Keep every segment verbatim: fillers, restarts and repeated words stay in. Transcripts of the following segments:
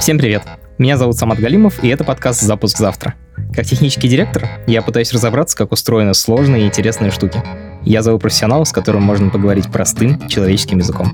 Всем привет! Меня зовут Самат Галимов, и это подкаст «Запуск завтра». Как технический директор, я пытаюсь разобраться, как устроены сложные и интересные штуки. Я зову профессионала, с которым можно поговорить простым человеческим языком.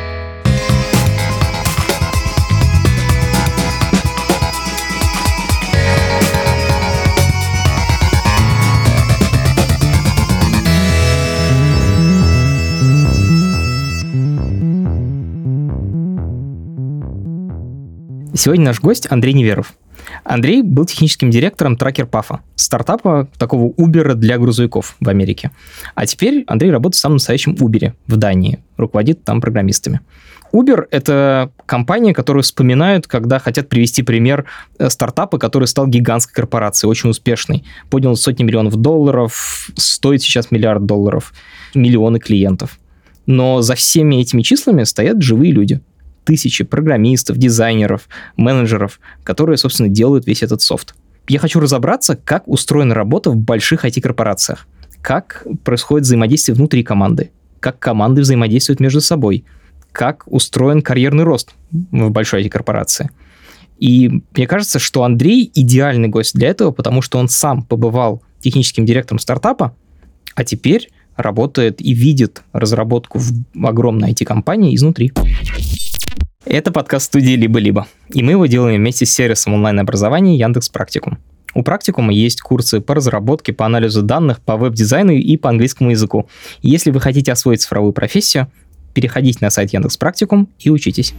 Сегодня наш гость Андрей Неверов. Андрей был техническим директором TrackerPath, стартапа такого Uber для грузовиков в Америке. А теперь Андрей работает в самом настоящем Uber в Дании, руководит там программистами. Uber — это компания, которую вспоминают, когда хотят привести пример стартапа, который стал гигантской корпорацией, очень успешной. Поднял сотни миллионов долларов, стоит сейчас миллиард долларов, миллионы клиентов. Но за всеми этими числами стоят живые люди. Тысячи программистов, дизайнеров, менеджеров, которые, собственно, делают весь этот софт. Я хочу разобраться, как устроена работа в больших ай ти-корпорациях, как происходит взаимодействие внутри команды, как команды взаимодействуют между собой, как устроен карьерный рост в большой ай ти-корпорации. И мне кажется, что Андрей идеальный гость для этого, потому что он сам побывал техническим директором стартапа, а теперь работает и видит разработку в огромной ай ти-компании изнутри. Это подкаст студии «Либо-либо», и мы его делаем вместе с сервисом онлайн-образования Яндекс.Практикум. У Практикума есть курсы по разработке, по анализу данных, по веб-дизайну и по английскому языку. Если вы хотите освоить цифровую профессию, переходите на сайт Яндекс.Практикум и учитесь.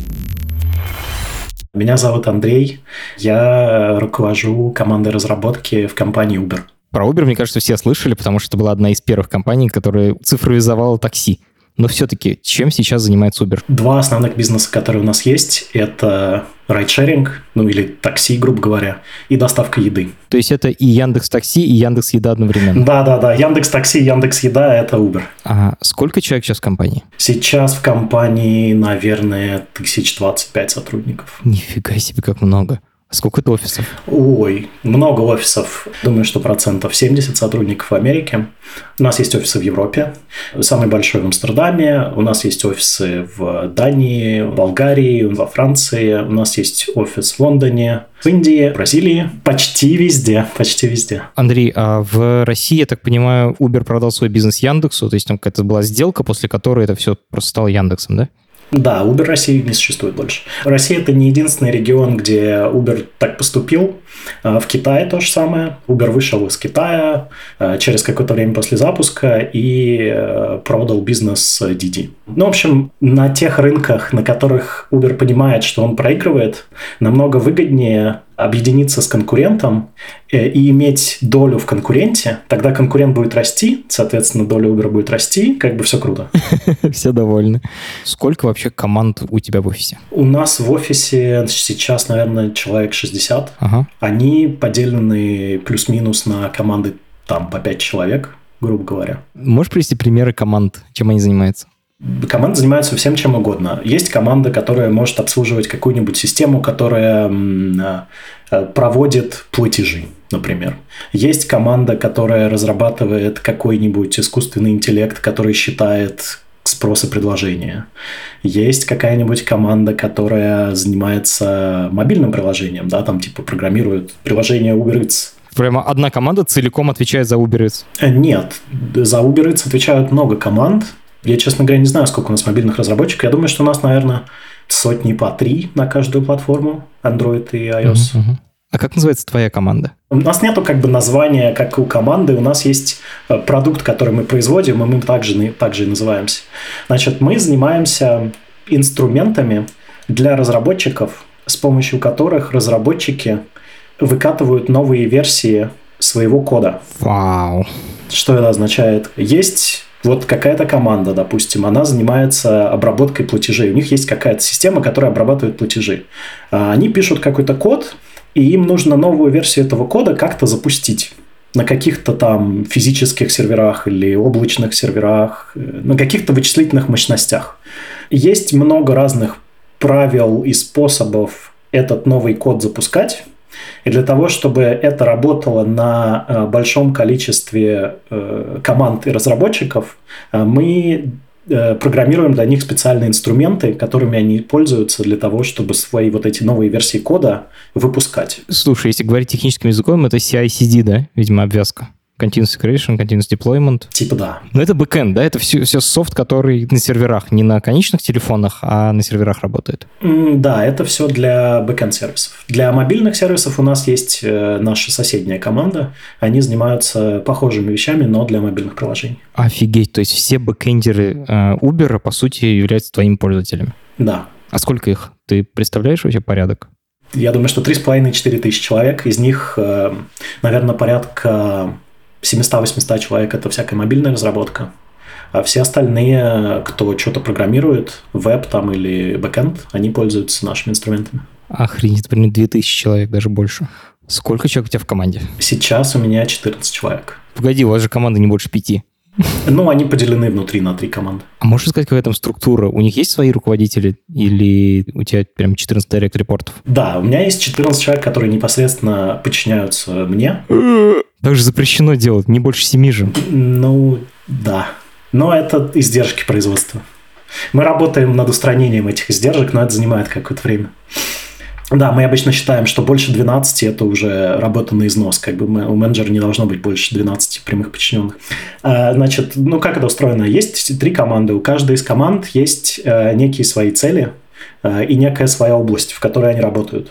Меня зовут Андрей, я руковожу командой разработки в компании Uber. Про Uber, мне кажется, все слышали, потому что это была одна из первых компаний, которая цифровизовала такси. Но все-таки чем сейчас занимается Uber? Два основных бизнеса, которые у нас есть, это райдшеринг, ну или такси, грубо говоря, и доставка еды. То есть это и Яндекс.Такси, и Яндекс.Еда одновременно? Да-да-да, Яндекс.Такси, Яндекс.Еда – это Uber. А сколько человек сейчас в компании? Сейчас в компании, наверное, тысяч двадцать пять сотрудников. Нифига себе, как много. А сколько это офисов? Ой, много офисов. Думаю, что процентов семьдесят сотрудников в Америке. У нас есть офисы в Европе. Самый большой в Амстердаме. У нас есть офисы в Дании, в Болгарии, во Франции. У нас есть офис в Лондоне, в Индии, в Бразилии. Почти везде, почти везде. Андрей, а в России, я так понимаю, Uber продал свой бизнес Яндексу? То есть там какая-то была сделка, после которой это все просто стало Яндексом, да? Да, Uber России не существует больше. Россия – это не единственный регион, где Uber так поступил. В Китае то же самое. Uber вышел из Китая через какое-то время после запуска и продал бизнес ди ди. Ну, в общем, на тех рынках, на которых Uber понимает, что он проигрывает, намного выгоднее объединиться с конкурентом и иметь долю в конкуренте. Тогда конкурент будет расти, соответственно, доля Uber будет расти, как бы все круто. Все довольны. Сколько вообще команд у тебя в офисе? У нас в офисе сейчас, наверное, человек шестьдесят. Ага. Они поделены плюс-минус на команды там по пять человек, грубо говоря. Можешь привести примеры команд, чем они занимаются? Команда занимается всем чем угодно. Есть команда, которая может обслуживать какую-нибудь систему, которая проводит платежи, например. Есть команда, которая разрабатывает какой-нибудь искусственный интеллект, который считает спрос и предложение. Есть какая-нибудь команда, которая занимается мобильным приложением, да, там типа программирует приложение Uber Eats. Прямо одна команда целиком отвечает за Uber Eats? Нет, за Uber Eats отвечают много команд. Я, честно говоря, не знаю, сколько у нас мобильных разработчиков. Я думаю, что у нас, наверное, сотни по три на каждую платформу, Android и iOS. Uh-huh, uh-huh. А как называется твоя команда? У нас нету как бы названия, как у команды. У нас есть продукт, который мы производим, и мы также, также и называемся. Значит, мы занимаемся инструментами для разработчиков, с помощью которых разработчики выкатывают новые версии своего кода. Вау! Что это означает? Есть... Вот какая-то команда, допустим, она занимается обработкой платежей. У них есть какая-то система, которая обрабатывает платежи. Они пишут какой-то код, и им нужно новую версию этого кода как-то запустить на каких-то там физических серверах или облачных серверах, на каких-то вычислительных мощностях. Есть много разных правил и способов этот новый код запускать. И для того, чтобы это работало на большом количестве команд и разработчиков, мы программируем для них специальные инструменты, которыми они пользуются для того, чтобы свои вот эти новые версии кода выпускать. Слушай, если говорить техническим языком, это си ай си ди, да? Видимо, обвязка. Continuous Integration, Continuous Deployment. Типа да. Но это бэкэнд, да? Это все, все софт, который на серверах, не на конечных телефонах, а на серверах работает. Mm, да, это все для бэкэнд-сервисов. Для мобильных сервисов у нас есть э, наша соседняя команда. Они занимаются похожими вещами, но для мобильных приложений. Офигеть, то есть все бэкэндеры э, Uber, по сути, являются твоими пользователями? Да. А сколько их? Ты представляешь вообще порядок? Я думаю, что три с половиной - четыре тысячи человек. Из них, э, наверное, порядка семьсот-восемьсот человек – это всякая мобильная разработка. А все остальные, кто что-то программирует, веб там или бэкэнд, они пользуются нашими инструментами. Охренеть, это примерно две тысячи человек, даже больше. Сколько человек у тебя в команде? Сейчас у меня четырнадцать человек. Погоди, у вас же команда не больше пяти. Ну, они поделены внутри на три команды. А можешь сказать, какая там структура? У них есть свои руководители или у тебя прям четырнадцать директ-репортов? Да, у меня есть четырнадцать человек, которые непосредственно подчиняются мне. Так же запрещено делать, не больше семи же. Ну, да. Но это издержки производства. Мы работаем над устранением этих издержек, но это занимает какое-то время. Да, мы обычно считаем, что больше двенадцати – это уже работа на износ. Как бы у менеджера не должно быть больше двенадцати прямых подчиненных. Значит, ну как это устроено? Есть три команды. У каждой из команд есть некие свои цели и некая своя область, в которой они работают.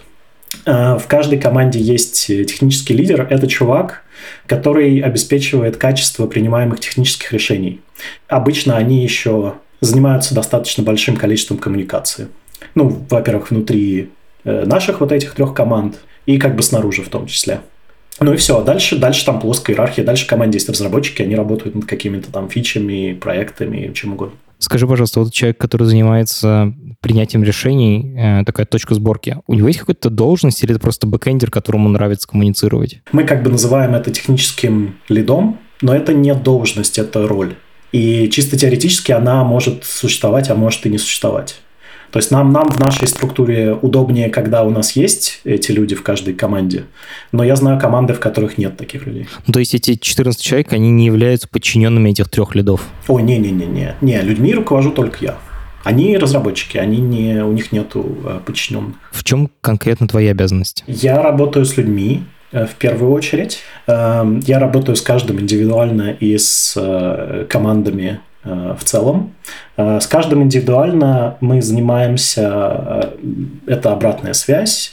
В каждой команде есть технический лидер. Это чувак, который обеспечивает качество принимаемых технических решений. Обычно они еще занимаются достаточно большим количеством коммуникации. Ну, во-первых, внутри наших вот этих трех команд и как бы снаружи в том числе. Ну и все. Дальше, дальше там плоская иерархия. Дальше в команде есть разработчики, они работают над какими-то там фичами, проектами, чем угодно. Скажи, пожалуйста, вот человек, который занимается принятием решений, э, такая точка сборки, у него есть какая-то должность или это просто бэкэндер, которому нравится коммуницировать? Мы как бы называем это техническим лидом, но это не должность, это роль. И чисто теоретически она может существовать, а может и не существовать. То есть нам, нам в нашей структуре удобнее, когда у нас есть эти люди в каждой команде, но я знаю команды, в которых нет таких людей. Ну, то есть эти четырнадцать человек, они не являются подчиненными этих трех лидов? Ой, не-не-не-не. Не, людьми руковожу только я. Они разработчики, они не, у них нету подчиненных. В чем конкретно твои обязанности? Я работаю с людьми, в первую очередь. Я работаю с каждым индивидуально и с командами в целом. С каждым индивидуально мы занимаемся, это обратная связь,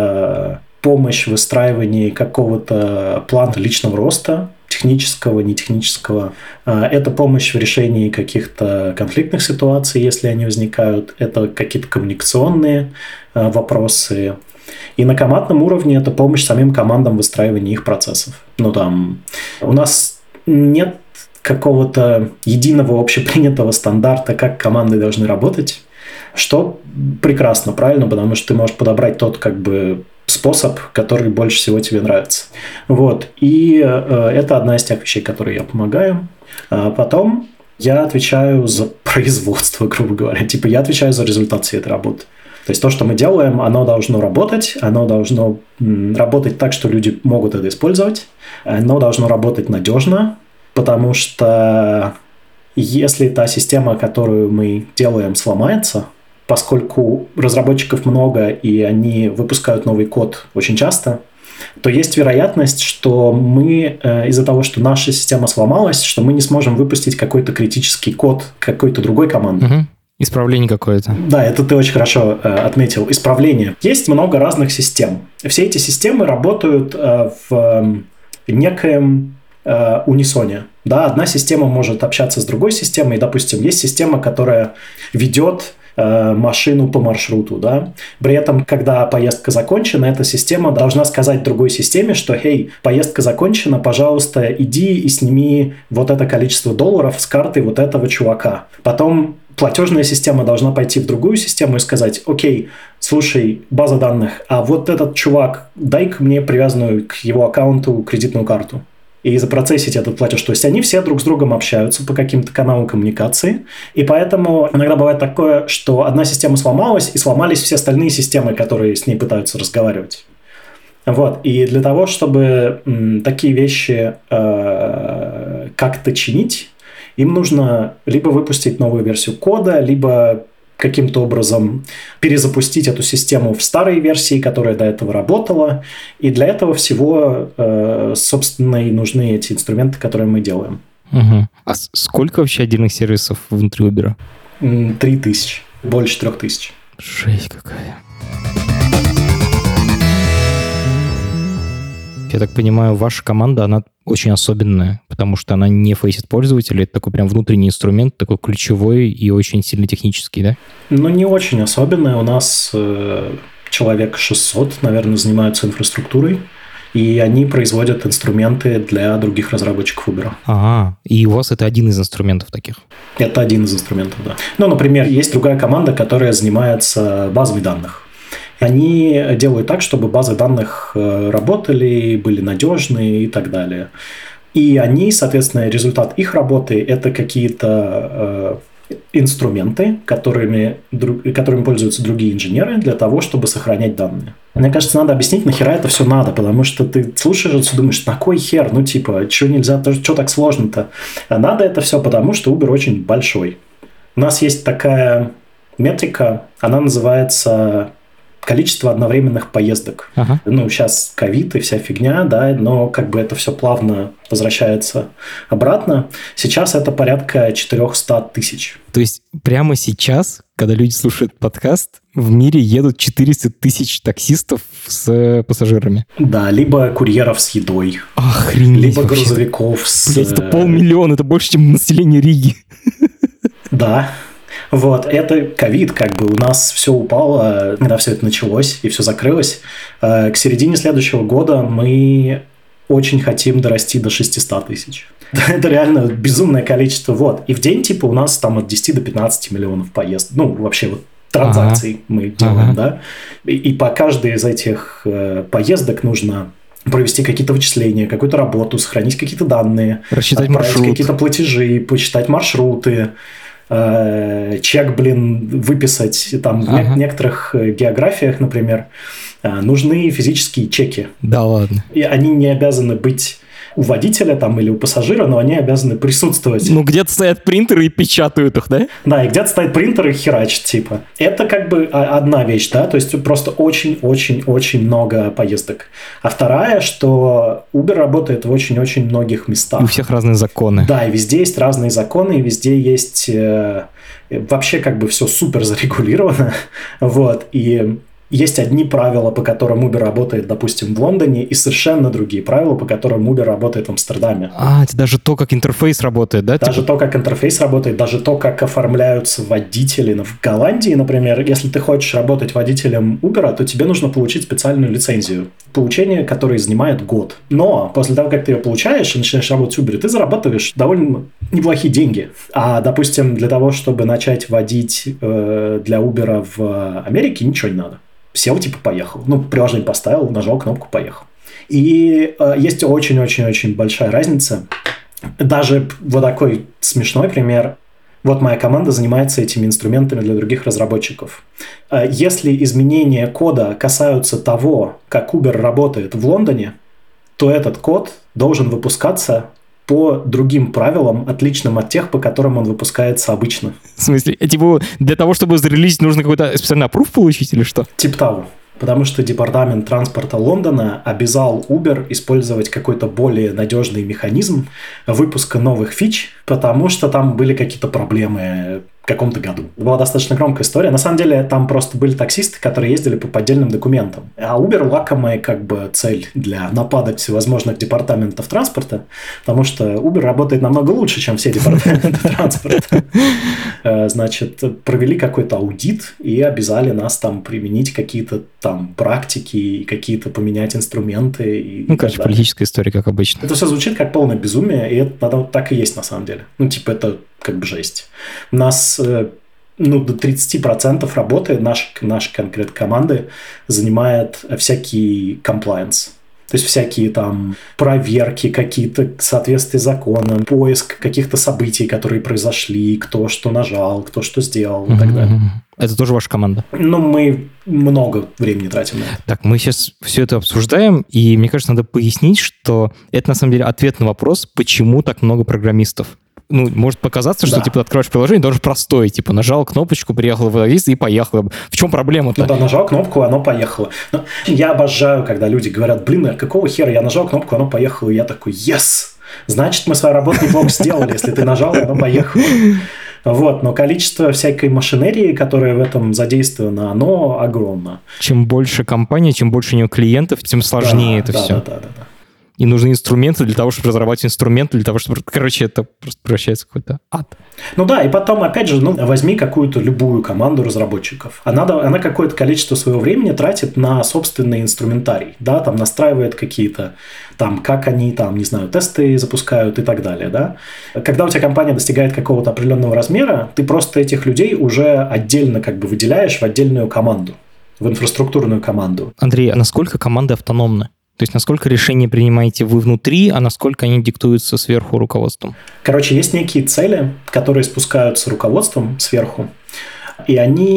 это помощь в выстраивании какого-то плана личного роста, технического, нетехнического. Это помощь в решении каких-то конфликтных ситуаций, если они возникают. Это какие-то коммуникационные вопросы. И на командном уровне это помощь самим командам в выстраивании их процессов. Ну, там, у нас нет какого-то единого общепринятого стандарта, как команды должны работать, что прекрасно, правильно, потому что ты можешь подобрать тот как бы способ, который больше всего тебе нравится. Вот. И э, это одна из тех вещей, которые я помогаю. А потом я отвечаю за производство, грубо говоря. Типа я отвечаю за результат всей этой работы. То есть то, что мы делаем, оно должно работать, оно должно м, работать так, что люди могут это использовать, оно должно работать надежно, потому что если та система, которую мы делаем, сломается, поскольку разработчиков много и они выпускают новый код очень часто, то есть вероятность, что мы из-за того, что наша система сломалась, что мы не сможем выпустить какой-то критический код какой-то другой команды. Угу. Исправление какое-то. Да, это ты очень хорошо э, отметил. Исправление. Есть много разных систем. Все эти системы работают э, в э, некоем э, унисоне. Да, одна система может общаться с другой системой. Допустим, есть система, которая ведет э, машину по маршруту. Да? При этом, когда поездка закончена, эта система должна сказать другой системе, что «Хей, поездка закончена, пожалуйста, иди и сними вот это количество долларов с карты вот этого чувака». Потом платежная система должна пойти в другую систему и сказать: окей, слушай, база данных, а вот этот чувак, дай-ка мне привязанную к его аккаунту кредитную карту. И запроцессить этот платеж. То есть они все друг с другом общаются по каким-то каналам коммуникации. И поэтому иногда бывает такое, что одна система сломалась, и сломались все остальные системы, которые с ней пытаются разговаривать. Вот. И для того, чтобы м, такие вещи э, как-то чинить, Им нужно либо выпустить новую версию кода, либо каким-то образом перезапустить эту систему в старой версии, которая до этого работала. И для этого всего, собственно, и нужны эти инструменты, которые мы делаем. Угу. А сколько вообще отдельных сервисов внутри Uber? Три тысячи. Больше трех тысяч. Жесть какая. Я так понимаю, ваша команда, она очень особенная, потому что она не фейсит пользователя. Это такой прям внутренний инструмент, такой ключевой и очень сильно технический, да? Ну, не очень особенная. У нас э, человек шестьсот, наверное, занимаются инфраструктурой, и они производят инструменты для других разработчиков Uber. Ага, и у вас это один из инструментов таких? Это один из инструментов, да. Ну, например, есть другая команда, которая занимается базами данных. Они делают так, чтобы базы данных работали, были надежные и так далее. И они, соответственно, результат их работы – это какие-то э, инструменты, которыми, которыми пользуются другие инженеры для того, чтобы сохранять данные. Мне кажется, надо объяснить, нахера это все надо, потому что ты слушаешь это, думаешь, на кой хер, ну типа, что нельзя, что так сложно-то? А надо это все потому, что Uber очень большой. У нас есть такая метрика, она называется количество одновременных поездок. Ага. Ну, сейчас ковид и вся фигня, да, но как бы это все плавно возвращается обратно. Сейчас это порядка четыреста тысяч. То есть прямо сейчас, когда люди слушают подкаст, в мире едут четыреста тысяч таксистов с пассажирами? Да, либо курьеров с едой. Охренеть. Либо вообще. Грузовиков с... Блять, это полмиллиона, это больше, чем население Риги. Да. Вот, это ковид, как бы у нас все упало, когда все это началось и все закрылось. К середине следующего года мы очень хотим дорасти до шестьсот тысяч. Это реально безумное количество. Вот. И в день типа у нас там от десяти до пятнадцати миллионов поездок. Ну, вообще вот транзакций ага. мы делаем, ага. да. И, и по каждой из этих э, поездок нужно провести какие-то вычисления, какую-то работу, сохранить какие-то данные, рассчитать маршрут, какие-то платежи, посчитать маршруты. Чек, блин, выписать. Там ага. в некоторых географиях, например, нужны физические чеки. Да ладно. И они не обязаны быть у водителя там, или у пассажира, но они обязаны присутствовать. Ну, где-то стоят принтеры и печатают их, да? Да, и где-то стоит принтер и херачит, типа. Это как бы одна вещь, да, то есть просто очень-очень-очень много поездок. А вторая, что Uber работает в очень-очень многих местах. И у всех разные законы. Да, и везде есть разные законы, и везде есть... Э, вообще как бы все супер зарегулировано, вот, и... Есть одни правила, по которым Uber работает, допустим, в Лондоне, и совершенно другие правила, по которым Uber работает в Амстердаме. А, это даже то, как интерфейс работает, да? Даже типа... то, как интерфейс работает, даже то, как оформляются водители. В Голландии, например, если ты хочешь работать водителем Uber, то тебе нужно получить специальную лицензию. Получение, которое занимает год. Но после того, как ты ее получаешь и начинаешь работать в Uber, ты зарабатываешь довольно неплохие деньги. А, допустим, для того, чтобы начать водить э, для Uber в Америке, ничего не надо. Сел, типа, поехал. Ну, приложение поставил, нажал кнопку, поехал. И э, есть очень-очень-очень большая разница. Даже вот такой смешной пример. Вот моя команда занимается этими инструментами для других разработчиков. Э, если изменения кода касаются того, как Uber работает в Лондоне, то этот код должен выпускаться по другим правилам, отличным от тех, по которым он выпускается обычно. В смысле? Типа для того, чтобы зарелизить, нужно какой-то специальный аппрув получить или что? Типа того. Потому что департамент транспорта Лондона обязал Uber использовать какой-то более надежный механизм выпуска новых фич, потому что там были какие-то проблемы в каком-то году. Была достаточно громкая история. На самом деле, там просто были таксисты, которые ездили по поддельным документам. А Uber лакомая как бы цель для нападок всевозможных департаментов транспорта, потому что Uber работает намного лучше, чем все департаменты транспорта. Значит, провели какой-то аудит и обязали нас там применить какие-то там практики, какие-то поменять инструменты. Ну, короче, политическая история, как обычно. Это все звучит как полное безумие, и это так и есть на самом деле. Ну, типа, это как бы жесть. У нас ну, до тридцать процентов работы нашей, нашей конкретной команды занимает всякий compliance. То есть всякие там проверки, какие-то соответствия законам, поиск каких-то событий, которые произошли, кто что нажал, кто что сделал и так далее. Это тоже ваша команда? Ну, мы много времени тратим на это. Так, мы сейчас все это обсуждаем, и мне кажется, надо пояснить, что это на самом деле ответ на вопрос, почему так много программистов. ну, может показаться, что, да. типа, ты откроешь приложение, даже простое, типа, нажал кнопочку, приехал в Водовис и поехал. В чем проблема-то? Ну да, нажал кнопку, оно поехало. Но я обожаю, когда люди говорят, блин, а какого хера, я нажал кнопку, оно поехало, и я такой, yes! Значит, мы свою работу неплохо сделали, если ты нажал, и оно поехало. Вот, но количество всякой машинерии, которая в этом задействована, оно огромно. Чем больше компания, чем больше у нее клиентов, тем сложнее да, это да, все. Да, да, да, да. И нужны инструменты для того, чтобы разрабатывать инструменты, для того, чтобы... Короче, это просто превращается в какой-то ад. Ну да, и потом, опять же, ну, возьми какую-то любую команду разработчиков. Она, она какое-то количество своего времени тратит на собственный инструментарий, да, там настраивает какие-то, там, как они, там, не знаю, тесты запускают и так далее, да. Когда у тебя компания достигает какого-то определенного размера, ты просто этих людей уже отдельно как бы выделяешь в отдельную команду, в инфраструктурную команду. Андрей, а насколько команды автономны? То есть насколько решения принимаете вы внутри, а насколько они диктуются сверху руководством? Короче, есть некие цели, которые спускаются руководством сверху, и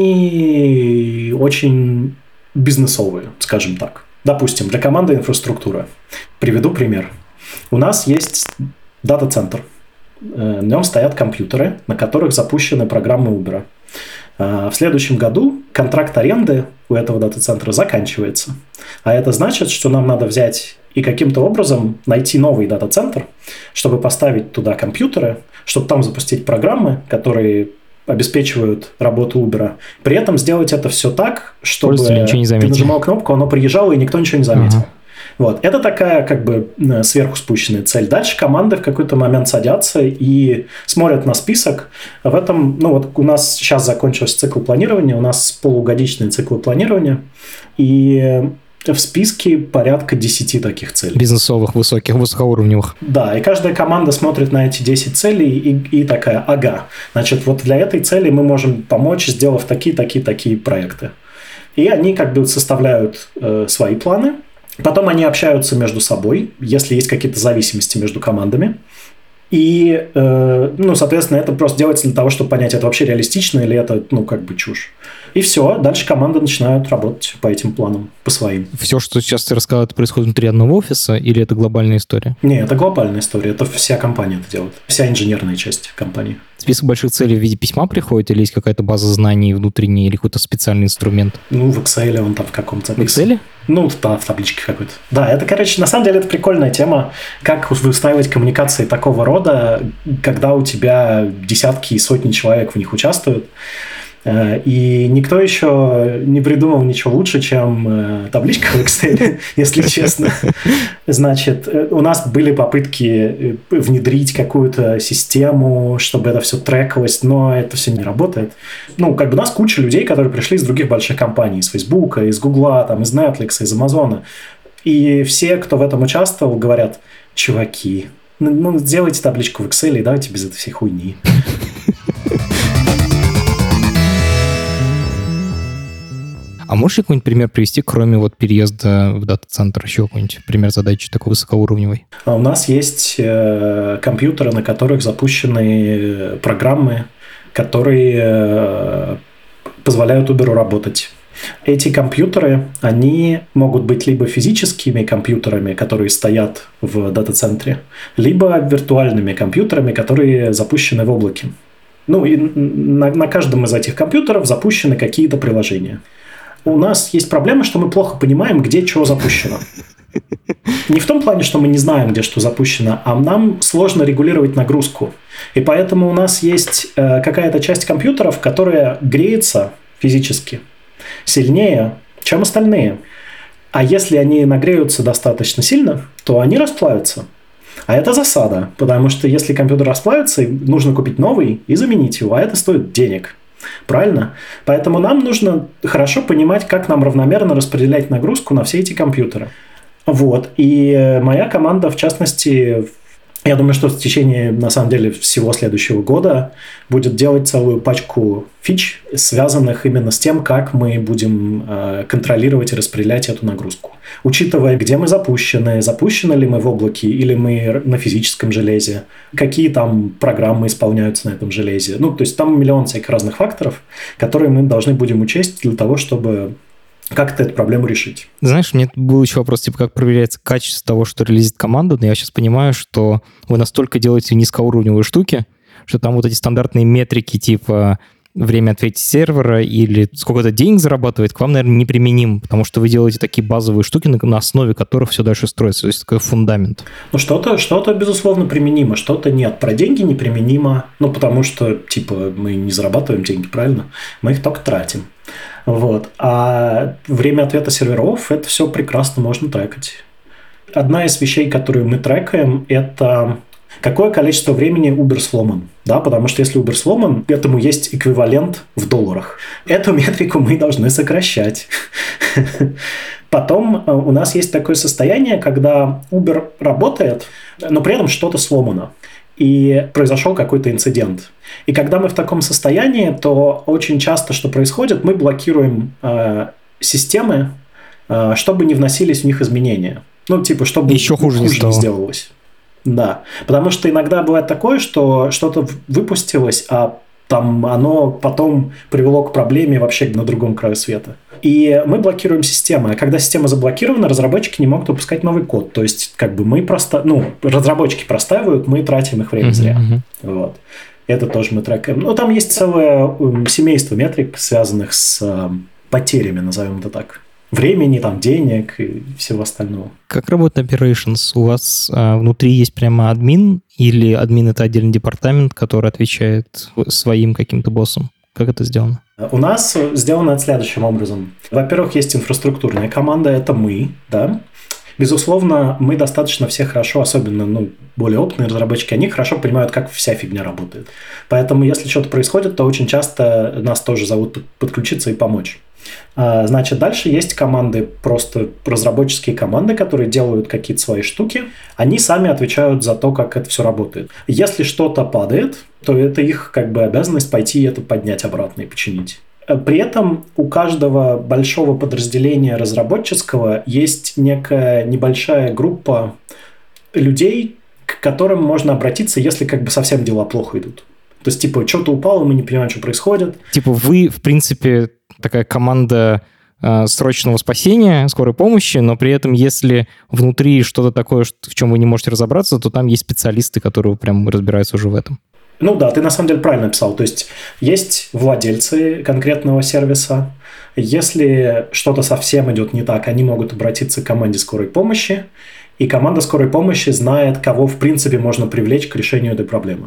они очень бизнесовые, скажем так. Допустим, для команды инфраструктура. Приведу пример. У нас есть дата-центр. В нем стоят компьютеры, на которых запущены программы Uber. В следующем году контракт аренды у этого дата-центра заканчивается. А это значит, что нам надо взять и каким-то образом найти новый дата-центр, чтобы поставить туда компьютеры, чтобы там запустить программы, которые обеспечивают работу Uber. При этом сделать это все так, чтобы ты нажимал кнопку, оно приезжало, и никто ничего не заметил. Ага. Вот. Это такая как бы сверху спущенная цель. Дальше команды в какой-то момент садятся и смотрят на список. В этом, ну вот у нас сейчас закончился цикл планирования, у нас полугодичные циклы планирования, и в списке порядка десять таких целей. Бизнесовых, высоких, высокоуровневых. Да, и каждая команда смотрит на эти десять целей и, и такая, ага, значит, вот для этой цели мы можем помочь, сделав такие, такие, такие проекты. И они как бы составляют э, свои планы. Потом они общаются между собой, если есть какие-то зависимости между командами. И, э, ну, соответственно, это просто делается для того, чтобы понять, это вообще реалистично или это, ну, как бы чушь. И все, дальше команды начинают работать по этим планам, по своим. Все, что сейчас ты рассказал, это происходит внутри одного офиса или это глобальная история? Не, это глобальная история, это вся компания это делает, вся инженерная часть компании. Список больших целей в виде письма приходит или есть какая-то база знаний внутренняя или какой-то специальный инструмент? Ну, в Excel он там в каком-то... В Excel? Ну, да, в табличке какой-то. Да, это, короче, на самом деле это прикольная тема, как выстраивать коммуникации такого рода, когда у тебя десятки и сотни человек в них участвуют. И никто еще не придумал ничего лучше, чем табличка в Excel, если честно. Значит, у нас были попытки внедрить какую-то систему, чтобы это все трекалось, но это все не работает. Ну, как бы у нас куча людей, которые пришли из других больших компаний, из Facebook, из Google, там, из Netflix, из Amazon. И все, кто в этом участвовал, говорят, чуваки, ну, сделайте табличку в Excel и давайте без этой всей хуйни. А можешь какой-нибудь пример привести, кроме вот переезда в дата-центр, еще какой-нибудь пример задачи такой высокоуровневой? У нас есть э, компьютеры, на которых запущены программы, которые э, позволяют Uber работать. Эти компьютеры, они могут быть либо физическими компьютерами, которые стоят в дата-центре, либо виртуальными компьютерами, которые запущены в облаке. Ну, и на, на каждом из этих компьютеров запущены какие-то приложения. У нас есть проблема, что мы плохо понимаем, где что запущено. Не в том плане, что мы не знаем, где что запущено, а нам сложно регулировать нагрузку. И поэтому у нас есть э, какая-то часть компьютеров, которая греется физически сильнее, чем остальные. А если они нагреются достаточно сильно, то они расплавятся. А это засада, потому что если компьютер расплавится, нужно купить новый и заменить его, а это стоит денег. Правильно? Поэтому нам нужно хорошо понимать, как нам равномерно распределять нагрузку на все эти компьютеры. Вот. И моя команда, в частности, я думаю, что в течение, на самом деле, всего следующего года будет делать целую пачку фич, связанных именно с тем, как мы будем э, контролировать и распределять эту нагрузку. Учитывая, где мы запущены, запущены ли мы в облаке или мы на физическом железе, какие там программы исполняются на этом железе. Ну, то есть там миллион всяких разных факторов, которые мы должны будем учесть для того, чтобы как-то эту проблему решить. Знаешь, мне был еще вопрос, типа, как проверяется качество того, что релизит команда, но я сейчас понимаю, что вы настолько делаете низкоуровневые штуки, что там вот эти стандартные метрики типа время ответить сервера или сколько-то денег зарабатывает, к вам, наверное, неприменим, потому что вы делаете такие базовые штуки, на, на основе которых все дальше строится. То есть такой фундамент. Ну, что-то, что-то, безусловно, применимо, что-то нет. Про деньги неприменимо, ну, потому что, типа, мы не зарабатываем деньги, правильно? Мы их только тратим. Вот. А время ответа серверов – это все прекрасно можно трекать. Одна из вещей, которую мы трекаем, это какое количество времени Uber сломан. Да, потому что если Uber сломан, этому есть эквивалент в долларах. Эту метрику мы должны сокращать. Потом у нас есть такое состояние, когда Uber работает, но при этом что-то сломано. И произошел какой-то инцидент. И когда мы в таком состоянии, то очень часто, что происходит, мы блокируем э, системы, э, чтобы не вносились в них изменения. Ну, типа, чтобы еще хуже, хуже не не сделалось. Да, потому что иногда бывает такое, что что-то выпустилось, а там оно потом привело к проблеме вообще на другом краю света. И мы блокируем систему. А когда система заблокирована, разработчики не могут выпускать новый код. То есть, как бы мы просто... Ну, разработчики простаивают, мы тратим их время зря. Uh-huh. Вот. Это тоже мы трекаем. Ну, там есть целое семейство метрик, связанных с потерями, назовем это так. Времени, там, денег и всего остального. Как работает Operations? У вас а, внутри есть прямо админ или админ – это отдельный департамент, который отвечает своим каким-то боссам? Как это сделано? У нас сделано это следующим образом. Во-первых, есть инфраструктурная команда, это мы, да. Безусловно, мы достаточно все хорошо, особенно ну, более опытные разработчики, они хорошо понимают, как вся фигня работает. Поэтому, если что-то происходит, то очень часто нас тоже зовут подключиться и помочь. Значит, дальше есть команды, просто разработческие команды, которые делают какие-то свои штуки. Они сами отвечают за то, как это все работает. Если что-то падает, то это их как бы обязанность пойти и это поднять обратно и починить. При этом у каждого большого подразделения разработческого есть некая небольшая группа людей, к которым можно обратиться, если как бы совсем дела плохо идут. То есть, типа, что-то упало, мы не понимаем, что происходит. Типа, вы, в принципе, такая команда э, срочного спасения, скорой помощи, но при этом, если внутри что-то такое, в чем вы не можете разобраться, то там есть специалисты, которые прям разбираются уже в этом. Ну да, ты на самом деле правильно писал. То есть, есть владельцы конкретного сервиса. Если что-то совсем идет не так, они могут обратиться к команде скорой помощи, и команда скорой помощи знает, кого, в принципе, можно привлечь к решению этой проблемы.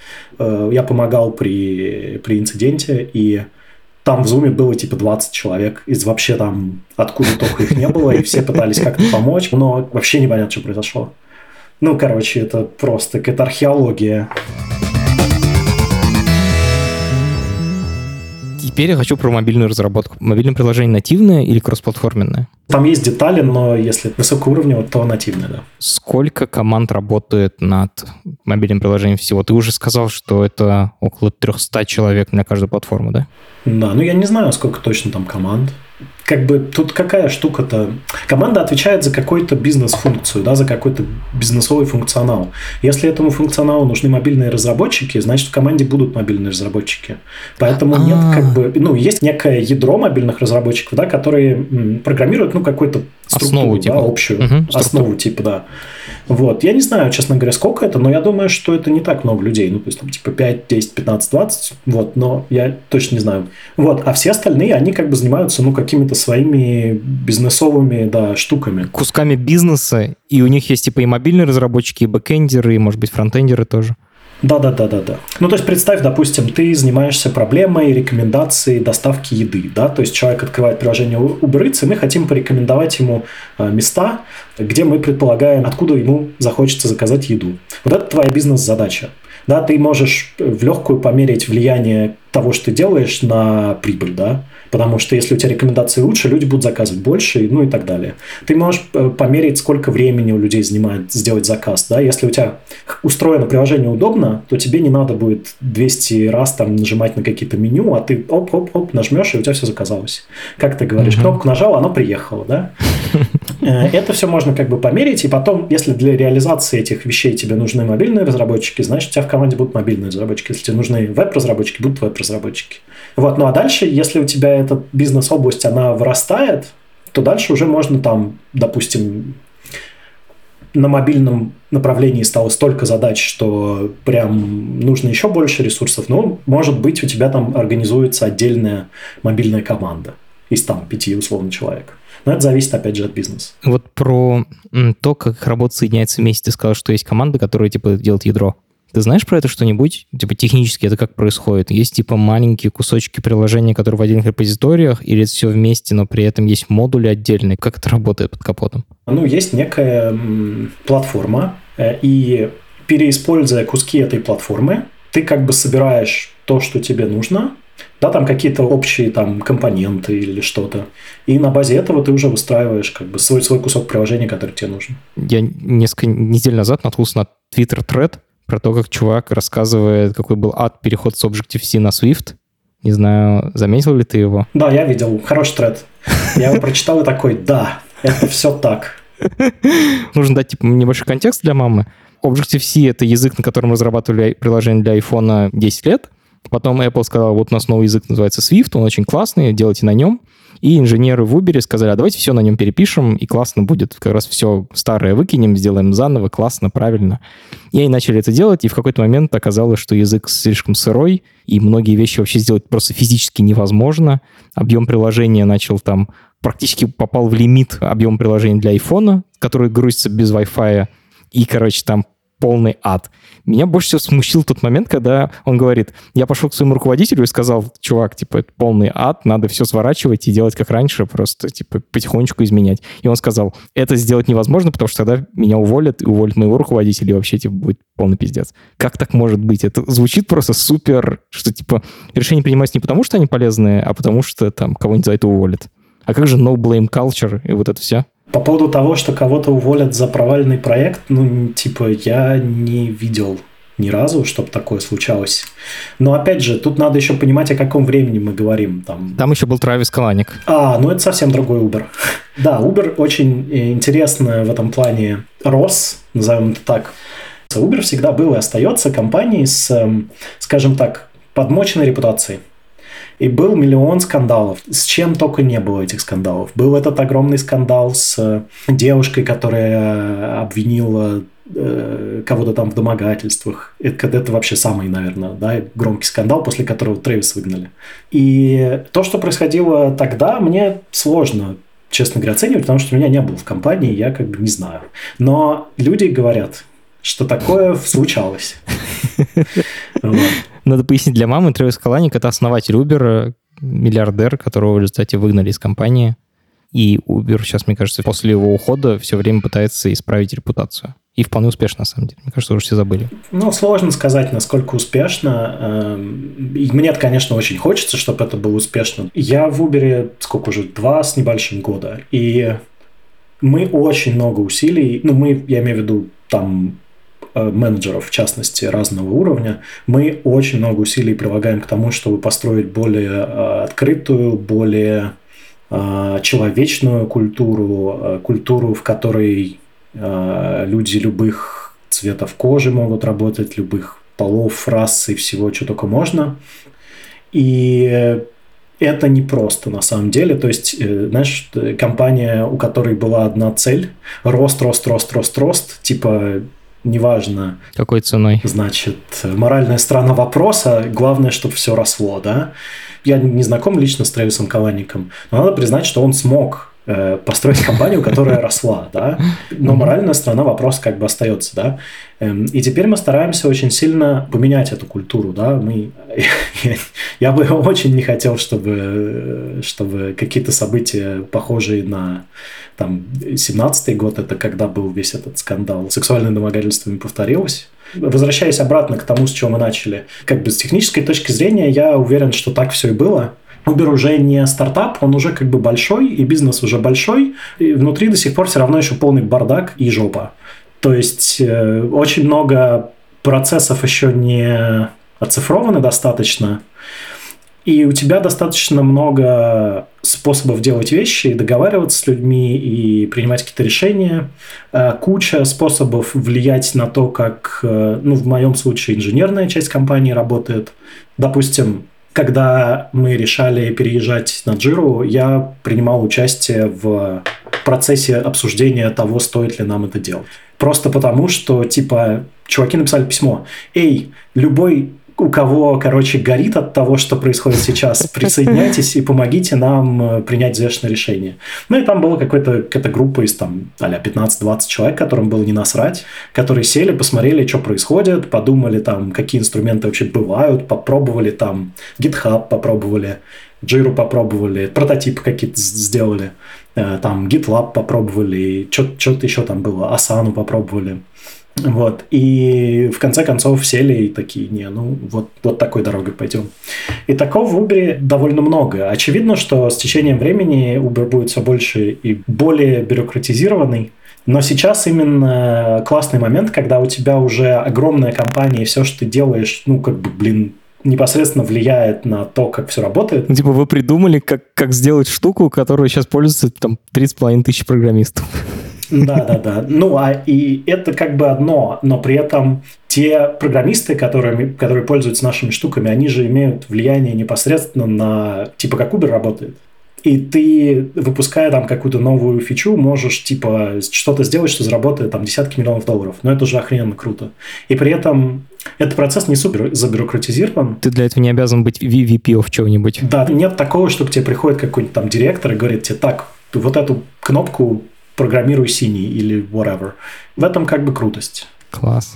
Я помогал при, при инциденте, и там в Zoom было типа двадцать человек, из вообще там откуда только их не было, и все пытались как-то помочь, но вообще непонятно, что произошло. Ну, короче, это просто какая-то археология. Теперь я хочу про мобильную разработку. Мобильное приложение нативное или кроссплатформенное? Там есть детали, но если высокоуровневое, то нативное, да. Сколько команд работает над мобильным приложением всего? Ты уже сказал, что это около триста человек на каждую платформу, да? Да, ну я не знаю, сколько точно там команд. Как бы тут какая штука-то? Команда отвечает за какую-то бизнес-функцию, да, за какой-то бизнесовый функционал. Если этому функционалу нужны мобильные разработчики, значит, в команде будут мобильные разработчики. Поэтому нет, как бы, ну, есть некое ядро мобильных разработчиков, да, которые м, программируют, ну, какую-то структуру, основу, да, типа. общую, Угу, основу, типа, да. Вот. Я не знаю, честно говоря, сколько это, но я думаю, что это не так много людей. Ну, то есть, там, типа, пять, десять, пятнадцать, двадцать, вот, но я точно не знаю. Вот. А все остальные, они как бы занимаются, ну, какими-то своими бизнесовыми, да, штуками. Кусками бизнеса, и у них есть, типа, и мобильные разработчики, и бэкэндеры, и, может быть, фронтендеры тоже. Да-да-да-да-да. Ну, то есть, представь, допустим, ты занимаешься проблемой рекомендации доставки еды, да, то есть, человек открывает приложение Uber Eats, и мы хотим порекомендовать ему места, где мы предполагаем, откуда ему захочется заказать еду. Вот это твоя бизнес-задача. Да, ты можешь в легкую померить влияние того, что ты делаешь, на прибыль, да, потому что если у тебя рекомендации лучше, люди будут заказывать больше, ну и так далее. Ты можешь померить, сколько времени у людей занимает сделать заказ, да, если у тебя устроено приложение удобно, то тебе не надо будет двести раз там нажимать на какие-то меню, а ты оп-оп-оп нажмешь, и у тебя все заказалось. Как ты говоришь, uh-huh. кнопку нажал, оно приехало, да. Это все можно как бы померить, и потом, если для реализации этих вещей тебе нужны мобильные разработчики, значит, у тебя в команде будут мобильные разработчики. Если тебе нужны веб-разработчики, будут веб-разработчики. Вот. Ну, а дальше, если у тебя эта бизнес-область, она вырастает, то дальше уже можно там, допустим, на мобильном направлении стало столько задач, что прям нужно еще больше ресурсов, ну, может быть, у тебя там организуется отдельная мобильная команда из там пяти, условно, человек. Но это зависит, опять же, от бизнеса. Вот про то, как их работа соединяется вместе, ты сказал, что есть команда, которая, типа, делает ядро. Ты знаешь про это что-нибудь? Типа, технически это как происходит? Есть, типа, маленькие кусочки приложения, которые в отдельных репозиториях, или это все вместе, но при этом есть модули отдельные? Как это работает под капотом? Ну, есть некая м, платформа, э, и переиспользуя куски этой платформы, ты как бы собираешь то, что тебе нужно, да, там какие-то общие там компоненты или что-то, и на базе этого ты уже выстраиваешь как бы свой, свой кусок приложения, который тебе нужен. Я несколько недель назад наткнулся на Twitter-тред про то, как чувак рассказывает, какой был ад переход с Objective-C на Swift. Не знаю, заметил ли ты его? Да, я видел. Хороший тред. Я его прочитал и такой, да, это все так. Нужно дать типа небольшой контекст для мамы. Objective-C — это язык, на котором разрабатывали приложение для iPhone десять лет. Потом Apple сказал, вот у нас новый язык называется Swift, он очень классный, делайте на нем. И инженеры в Uber сказали, а давайте все на нем перепишем, и классно будет. Как раз все старое выкинем, сделаем заново, классно, правильно. И они начали это делать, и в какой-то момент оказалось, что язык слишком сырой, и многие вещи вообще сделать просто физически невозможно. Объем приложения начал там, практически попал в лимит объем приложения для iPhone, который грузится без Wi-Fi, и, короче, там полный ад. Меня больше всего смущил тот момент, когда он говорит, я пошел к своему руководителю и сказал, чувак, типа, это полный ад, надо все сворачивать и делать как раньше, просто, типа, потихонечку изменять. И он сказал, это сделать невозможно, потому что тогда меня уволят, и уволят моего руководителя, и вообще, типа, будет полный пиздец. Как так может быть? Это звучит просто супер, что, типа, решения принимаются не потому, что они полезные, а потому что, там, кого-нибудь за это уволят. А как же no blame culture и вот это все? По поводу того, что кого-то уволят за провальный проект, ну, типа, я не видел ни разу, чтобы такое случалось. Но, опять же, тут надо еще понимать, о каком времени мы говорим. Там, Там еще был Трэвис Каланик. А, ну это совсем другой Uber. Да, Uber очень интересно в этом плане рос, назовем это так. Uber всегда был и остается компанией с, скажем так, подмоченной репутацией. И был миллион скандалов. С чем только не было этих скандалов. Был этот огромный скандал с девушкой, которая обвинила э, кого-то там в домогательствах. Это, это вообще самый, наверное, да, громкий скандал, после которого Трэвис выгнали. И то, что происходило тогда, мне сложно, честно говоря, оценивать, потому что меня не было в компании, я как бы не знаю. Но люди говорят, что такое случалось. Надо пояснить для мамы, Трэвис Каланик — это основатель Uber, миллиардер, которого в результате выгнали из компании. И Uber сейчас, мне кажется, после его ухода все время пытается исправить репутацию. И вполне успешно, на самом деле. Мне кажется, уже все забыли. Ну, сложно сказать, насколько успешно. И мне, конечно, очень хочется, чтобы это было успешно. Я в Uber сколько уже? Два с небольшим года. И мы очень много усилий, ну, мы, я имею в виду, там, менеджеров, в частности, разного уровня, мы очень много усилий прилагаем к тому, чтобы построить более открытую, более человечную культуру, культуру, в которой люди любых цветов кожи могут работать, любых полов, рас и всего, что только можно. И это непросто на самом деле. То есть, знаешь, компания, у которой была одна цель – рост, рост, рост, рост, рост, типа неважно, какой ценой. Значит, моральная сторона вопроса, главное, чтобы все росло, да. Я не знаком лично с Трэвисом Калаником, но надо признать, что он смог э, построить компанию, которая росла, да. Но моральная сторона вопроса как бы остается, да. Эм, и теперь мы стараемся очень сильно поменять эту культуру, да. Мы, я, я бы очень не хотел, чтобы, чтобы какие-то события, похожие на там семнадцатый год, это когда был весь этот скандал с сексуальным домогательством, повторилось. Возвращаясь обратно к тому, с чего мы начали, как бы с технической точки зрения, я уверен, что так все и было. Uber уже не стартап, он уже как бы большой, и бизнес уже большой, и внутри до сих пор все равно еще полный бардак и жопа. То есть э, очень много процессов еще не оцифрованы достаточно, и у тебя достаточно много способов делать вещи, и договариваться с людьми, и принимать какие-то решения. Куча способов влиять на то, как, ну, в моем случае, инженерная часть компании работает. Допустим, когда мы решали переезжать на Jira, я принимал участие в процессе обсуждения того, стоит ли нам это делать. просто потому, что, типа, чуваки написали письмо. Эй, любой, у кого, короче, горит от того, что происходит сейчас, присоединяйтесь и помогите нам принять взвешенное решение. Ну, и там была какая-то, какая-то группа из там, а-ля пятнадцать-двадцать человек, которым было не насрать, которые сели, посмотрели, что происходит, подумали, там, какие инструменты вообще бывают, попробовали там GitHub, попробовали Jira, попробовали, прототипы какие-то сделали, там GitLab попробовали, что-то еще там было, Asana попробовали. Вот. И в конце концов сели и такие, не, ну вот, вот такой дорогой пойдем. И такого в Uber довольно много. Очевидно, что с течением времени Uber будет все больше и более бюрократизированный. Но сейчас именно классный момент, когда у тебя уже огромная компания, и все, что ты делаешь, ну, как бы, блин, непосредственно влияет на то, как все работает. Ну, типа вы придумали, как, как сделать штуку, которую сейчас пользуются там три с половиной тысячи программистов. Да, да, да. Ну, а и это как бы одно, но при этом те программисты, которые, которые пользуются нашими штуками, они же имеют влияние непосредственно на, типа, как Uber работает. И ты, выпуская там какую-то новую фичу, можешь, типа, что-то сделать, что заработает там десятки миллионов долларов. Но это же охрененно круто. И при этом этот процесс не супер забюрократизирован. Ты для этого не обязан быть ви ви пи of чего-нибудь. Да, нет такого, что к тебе приходит какой-нибудь там директор и говорит тебе, так, вот эту кнопку программируй синий или whatever. В этом как бы крутость. Класс.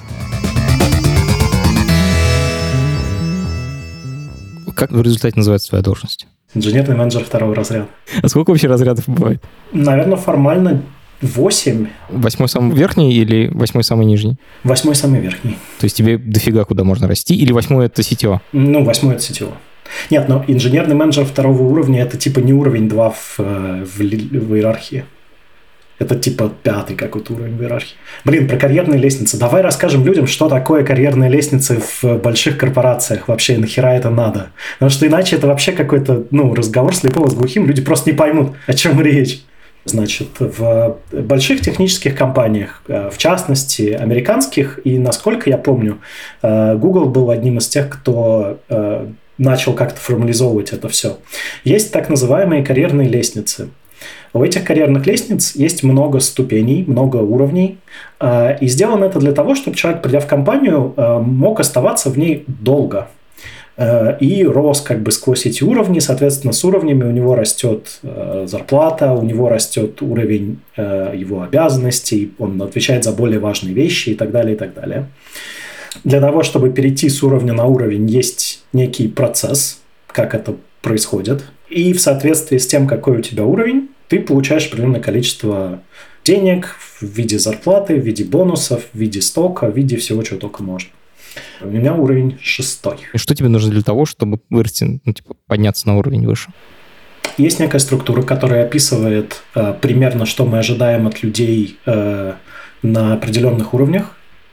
Как в результате называется твоя должность? Инженерный менеджер второго разряда. А сколько вообще разрядов бывает? Наверное, формально восемь. Восьмой самый верхний или восьмой самый нижний? Восьмой самый верхний. То есть тебе дофига куда можно расти? Или восьмой это си ти о? Ну, восьмой это си ти о. Нет, но инженерный менеджер второго уровня это типа не уровень два в, в, в иерархии. Это типа пятый какой-то уровень в иерархии. Блин, про карьерные лестницы. Давай расскажем людям, что такое карьерные лестницы в больших корпорациях. Вообще, нахера это надо? Потому что иначе это вообще какой-то, ну, разговор слепого с глухим. Люди просто не поймут, о чем речь. Значит, в больших технических компаниях, в частности, американских, и, насколько я помню, Google был одним из тех, кто начал как-то формализовывать это все. Есть так называемые карьерные лестницы. У этих карьерных лестниц есть много ступеней, много уровней, и сделано это для того, чтобы человек, придя в компанию, мог оставаться в ней долго и рос как бы сквозь эти уровни. Соответственно, с уровнями у него растет зарплата, у него растет уровень его обязанностей, он отвечает за более важные вещи и так далее, и так далее. Для того, чтобы перейти с уровня на уровень, есть некий процесс, как это происходит. И в соответствии с тем, какой у тебя уровень, ты получаешь определенное количество денег в виде зарплаты, в виде бонусов, в виде стока, в виде всего, чего только можно. У меня уровень шестой. И что тебе нужно для того, чтобы вырасти, ну, типа, подняться на уровень выше? Есть некая структура, которая описывает э, примерно, что мы ожидаем от людей э, на определенных уровнях.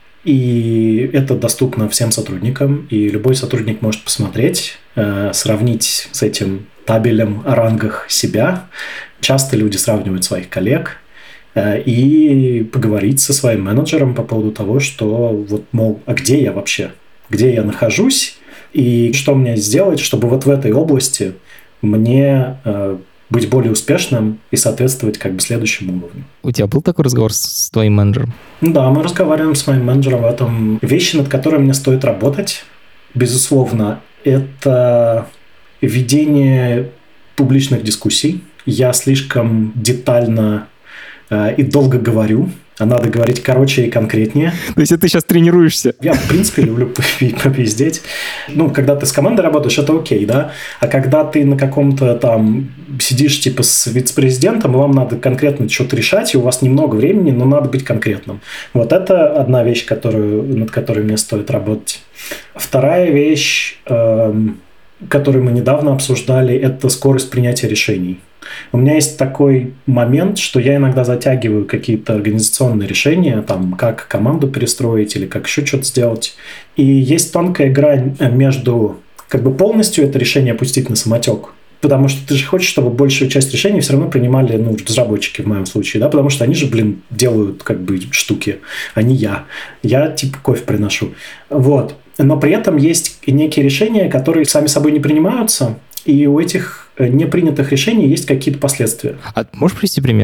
И это доступно всем сотрудникам, и любой сотрудник может посмотреть, э, сравнить с этим табелем о рангах себя. Часто люди сравнивают своих коллег э, и поговорить со своим менеджером по поводу того, что вот, мол, а где я вообще? Где я нахожусь? И что мне сделать, чтобы вот в этой области мне э, быть более успешным и соответствовать как бы следующему уровню. У тебя был такой разговор с, с твоим менеджером? Да, мы разговариваем с моим менеджером в этом. Вещи, над которыми мне стоит работать, безусловно, это ведение публичных дискуссий. Я слишком детально э, и долго говорю, а надо говорить короче и конкретнее. То есть ты сейчас тренируешься? Я, в принципе, люблю попиздеть. Ну, когда ты с командой работаешь, это окей, да? А когда ты на каком-то там сидишь типа с вице-президентом, и вам надо конкретно что-то решать, и у вас немного времени, но надо быть конкретным. Вот это одна вещь, которую, над которой мне стоит работать. Вторая вещь, эм, которую мы недавно обсуждали, это скорость принятия решений. У меня есть такой момент, что я иногда затягиваю какие-то организационные решения, там, как команду перестроить или как еще что-то сделать. И есть тонкая грань между как бы полностью это решение опустить на самотек, потому что ты же хочешь, чтобы большую часть решений все равно принимали, ну, разработчики в моем случае, да, потому что они же, блин, делают как бы штуки, а не я. Я типа кофе приношу. Вот. Но при этом есть некие решения, которые сами собой не принимаются, и у этих непринятых решений есть какие-то последствия. А можешь привести пример?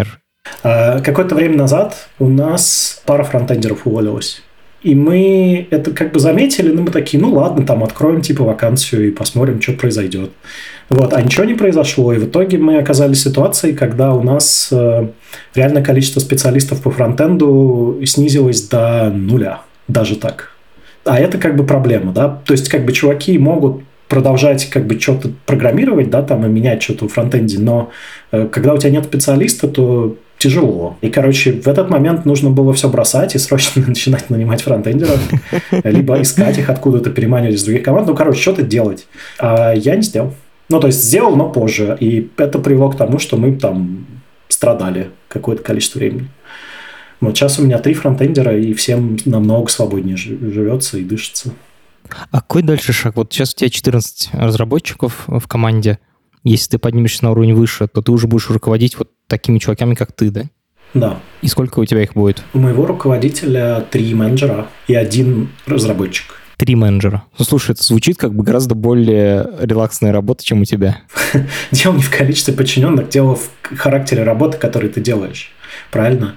Какое-то время назад у нас пара фронтендеров уволилась. И мы это как бы заметили, но мы такие, ну ладно, там откроем типа вакансию и посмотрим, что произойдет. Вот, а ничего не произошло, и в итоге мы оказались в ситуации, когда у нас э, реальное количество специалистов по фронтенду снизилось до нуля, даже так. А это как бы проблема, да, то есть как бы чуваки могут продолжать как бы что-то программировать, да, там и менять что-то в фронтенде, но э, когда у тебя нет специалиста, то тяжело. И, короче, в этот момент нужно было все бросать и срочно начинать нанимать фронтендеров, либо искать их откуда-то, переманивать из других команд. Ну, короче, что-то делать. А я не сделал. Ну, то есть, сделал, но позже. И это привело к тому, что мы там страдали какое-то количество времени. Вот сейчас у меня три фронтендера, и всем намного свободнее живется и дышится. А какой дальше шаг? Вот сейчас у тебя четырнадцать разработчиков в команде. Если ты поднимешься на уровень выше, то ты уже будешь руководить вот такими чуваками, как ты, да? Да. И сколько у тебя их будет? У моего руководителя три менеджера и один разработчик. Три менеджера. Ну, слушай, это звучит как бы гораздо более релаксная работа, чем у тебя. Дело не в количестве подчиненных, дело в характере работы, которую ты делаешь. Правильно?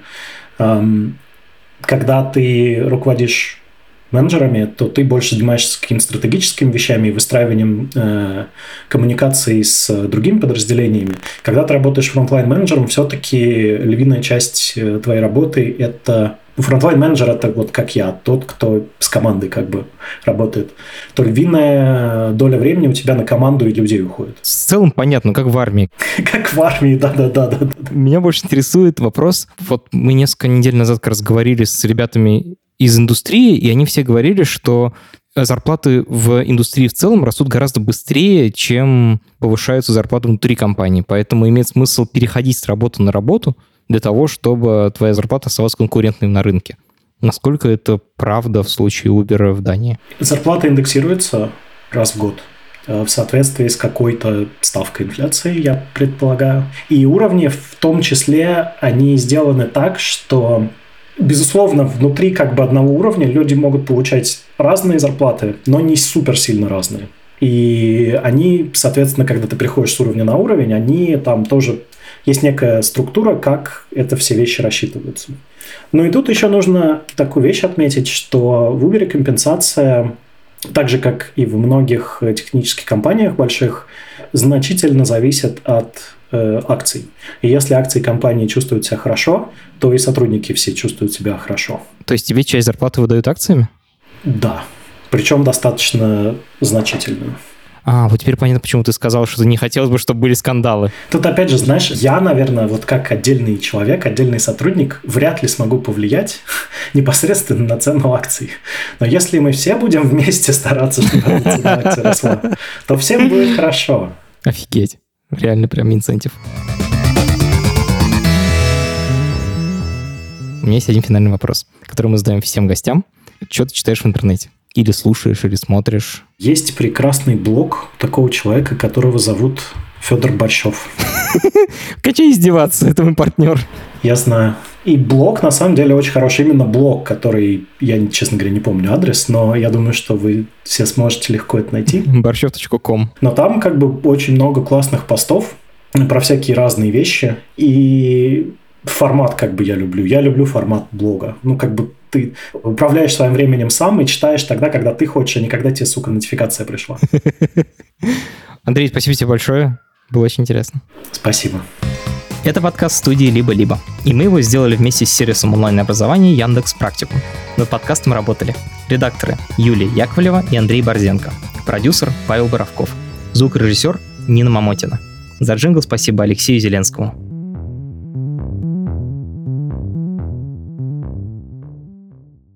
Когда ты руководишь менеджерами, то ты больше занимаешься какими-то стратегическими вещами и выстраиванием э, коммуникации с другими подразделениями. Когда ты работаешь фронтлайн-менеджером, все-таки львиная часть твоей работы – это… Фронтлайн-менеджер – это вот как я, тот, кто с командой как бы работает. То львиная доля времени у тебя на команду и людей уходит. В целом понятно, как в армии. Как в армии, да-да-да. Меня больше интересует вопрос. Вот мы несколько недель назад как раз говорили с ребятами из индустрии, и они все говорили, что зарплаты в индустрии в целом растут гораздо быстрее, чем повышаются зарплаты внутри компании. Поэтому имеет смысл переходить с работы на работу для того, чтобы твоя зарплата оставалась конкурентной на рынке. Насколько это правда в случае Uber в Дании? Зарплата индексируется раз в год в соответствии с какой-то ставкой инфляции, я предполагаю. И уровни в том числе, они сделаны так, что… Безусловно, внутри как бы одного уровня люди могут получать разные зарплаты, но не супер сильно разные. И они, соответственно, когда ты приходишь с уровня на уровень, они там тоже… Есть некая структура, как это все вещи рассчитываются. Ну и тут еще нужно такую вещь отметить, что в Uber компенсация, так же как и в многих технических компаниях больших, значительно зависит от э, акций. И если акции компании чувствуют себя хорошо, то и сотрудники все чувствуют себя хорошо. То есть тебе часть зарплаты выдают акциями? Да, причем достаточно значительную. А, вот теперь понятно, почему ты сказал, что не хотелось бы, чтобы были скандалы. Тут опять же, знаешь, я, наверное, вот как отдельный человек, отдельный сотрудник, вряд ли смогу повлиять непосредственно на цену акций. Но если мы все будем вместе стараться, чтобы цена акций росла, то всем будет хорошо. Офигеть. Реально прям инцентив. У меня есть один финальный вопрос, который мы задаем всем гостям. Что ты читаешь в интернете? Или слушаешь, или смотришь? Есть прекрасный блог такого человека, которого зовут Федор Борщев. Качай издеваться, это мой партнер. Я знаю. И блог, на самом деле, очень хороший. Именно блог, который, я, честно говоря, не помню адрес, но я думаю, что вы все сможете легко это найти. борщев точка ком. Но там как бы очень много классных постов про всякие разные вещи. И формат как бы я люблю. Я люблю формат блога. Ну, как бы ты управляешь своим временем сам и читаешь тогда, когда ты хочешь, а не когда тебе, сука, нотификация пришла. Андрей, спасибо тебе большое. Было очень интересно. Спасибо. Это подкаст студии «Либо-либо», и мы его сделали вместе с сервисом онлайн-образования Яндекс Практикум. Над подкастом работали редакторы Юлия Яковлева и Андрей Борзенко, продюсер Павел Боровков, звукорежиссер Нина Мамотина. За джингл спасибо Алексею Зеленскому.